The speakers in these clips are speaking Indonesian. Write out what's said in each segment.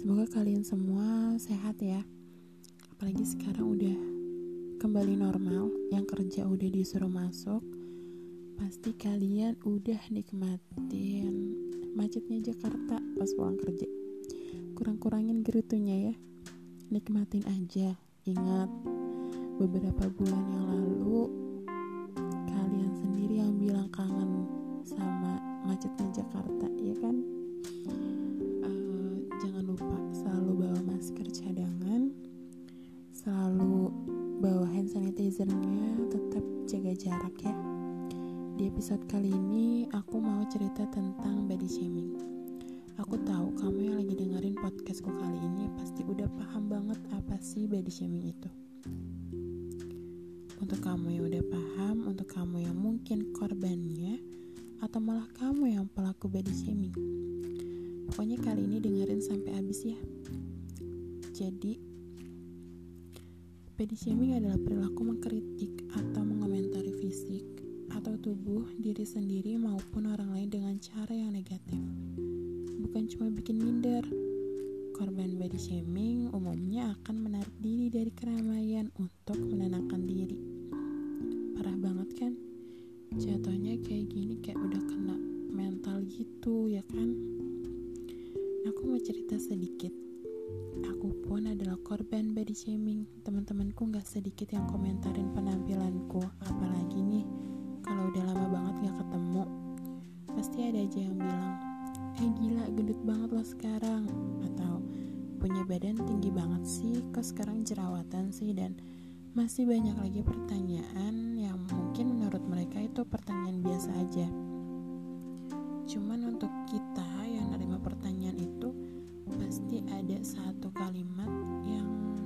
Semoga kalian semua sehat ya. Apalagi sekarang udah kembali normal, yang kerja udah disuruh masuk. Pasti kalian udah nikmatin macetnya Jakarta pas pulang kerja. Kurang-kurangin gerutunya ya. Nikmatin aja. Ingat, beberapa bulan yang lalu kalian sendiri yang bilang kangen sama macetnya Jakarta, ya kan? Jangan lupa selalu bawa masker cadangan, selalu bawa hand sanitizer-nya, tetap jaga jarak ya. Di episode kali ini aku mau cerita tentang body shaming. Aku tahu kamu yang lagi dengerin podcastku kali ini pasti udah paham banget apa sih body shaming itu. Untuk kamu yang udah paham, untuk kamu yang mungkin korbannya, atau malah kamu yang pelaku body shaming, pokoknya kali ini dengerin sampai habis ya. Jadi, body shaming adalah perilaku mengkritik atau mengomentari fisik atau tubuh diri sendiri maupun orang lain dengan cara yang negatif. Bukan cuma bikin minder. Korban body shaming umumnya akan menarik diri dari keramaian untuk menenangkan diri. Parah banget kan? Jatuhnya kayak gini, kayak udah kena mental gitu ya kan? Aku mau cerita sedikit. Aku pun adalah korban body shaming. Teman-temanku gak sedikit yang komentarin penampilanku. Apalagi nih, kalau udah lama banget gak ketemu, pasti ada aja yang bilang, gila gendut banget lo sekarang. Atau, punya badan tinggi banget sih, kok sekarang jerawatan sih. Dan masih banyak lagi pertanyaan yang mungkin menurut mereka itu pertanyaan biasa aja. Cuman untuk kita yang nerima pertanyaan itu, pasti ada satu kalimat yang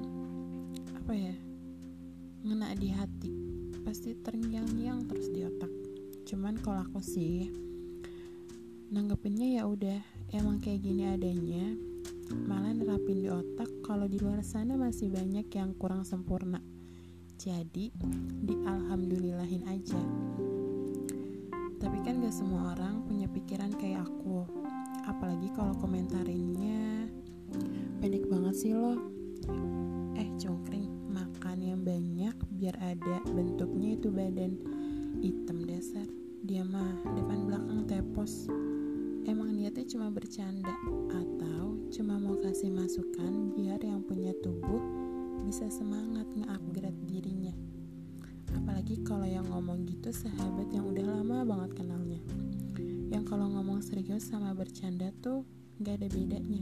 ngena di hati, pasti terngiang-ngiang terus di otak. Cuman kalau aku sih nanggepinnya ya udah, emang kayak gini adanya, malah nerapin di otak kalau di luar sana masih banyak yang kurang sempurna. Jadi dialhamdulillahin aja. Tapi kan gak semua orang punya pikiran kayak aku. Apalagi kalau komentarinnya, pendek banget sih lo, cungkring, makan yang banyak biar ada bentuknya itu badan, hitam dasar, dia mah depan belakang tepos. Emang niatnya cuma bercanda atau cuma mau kasih masukan biar yang punya tubuh bisa semangat nge-upgrade dirinya. Apalagi kalau yang ngomong gitu sahabat yang udah lama banget kenalnya, yang kalau ngomong serius sama bercanda tuh gak ada bedanya.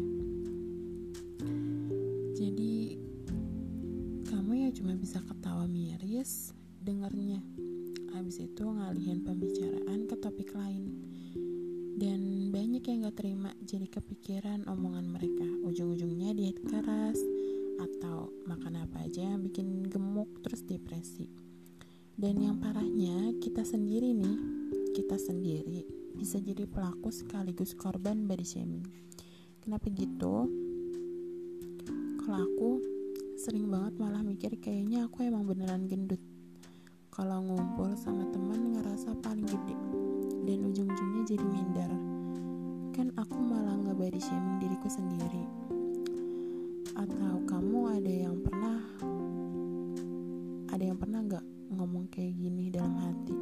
Jadi kamu ya cuma bisa ketawa miris dengernya, habis itu ngalihin pembicaraan ke topik lain. Dan banyak yang gak terima, jadi kepikiran omongan mereka, ujung-ujungnya diet keras atau makan apa aja yang bikin gemuk terus depresi. Dan yang parahnya, kita sendiri bisa jadi pelaku sekaligus korban body shaming. Kenapa gitu? Kalau aku sering banget malah mikir kayaknya aku emang beneran gendut. Kalau ngumpul sama teman ngerasa paling gede dan ujung-ujungnya jadi minder. Kan aku malah nge-body shaming diriku sendiri. Atau kamu ada yang pernah gak ngomong kayak gini dalam hati?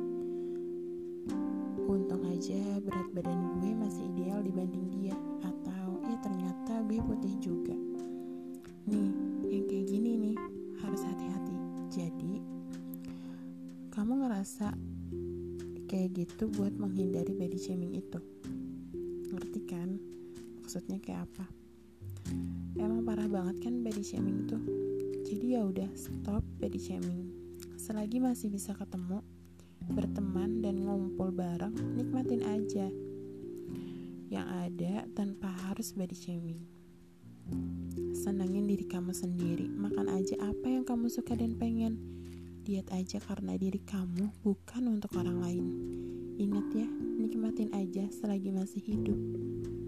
Untung aja berat badan gue masih ideal dibanding dia. Atau ternyata gue putih juga. Nih, yang kayak gini nih harus hati-hati. Jadi kamu ngerasa kayak gitu buat menghindari body shaming itu. Ngerti kan maksudnya kayak apa? Emang parah banget kan body shaming tuh. Jadi ya udah, stop body shaming. Selagi masih bisa ketemu, berteman dan ngumpul bareng, nikmatin aja yang ada tanpa harus body shaming. Senangin diri kamu sendiri, makan aja apa yang kamu suka dan pengen. Diet aja karena diri kamu, bukan untuk orang lain. Ingat ya, nikmatin aja selagi masih hidup.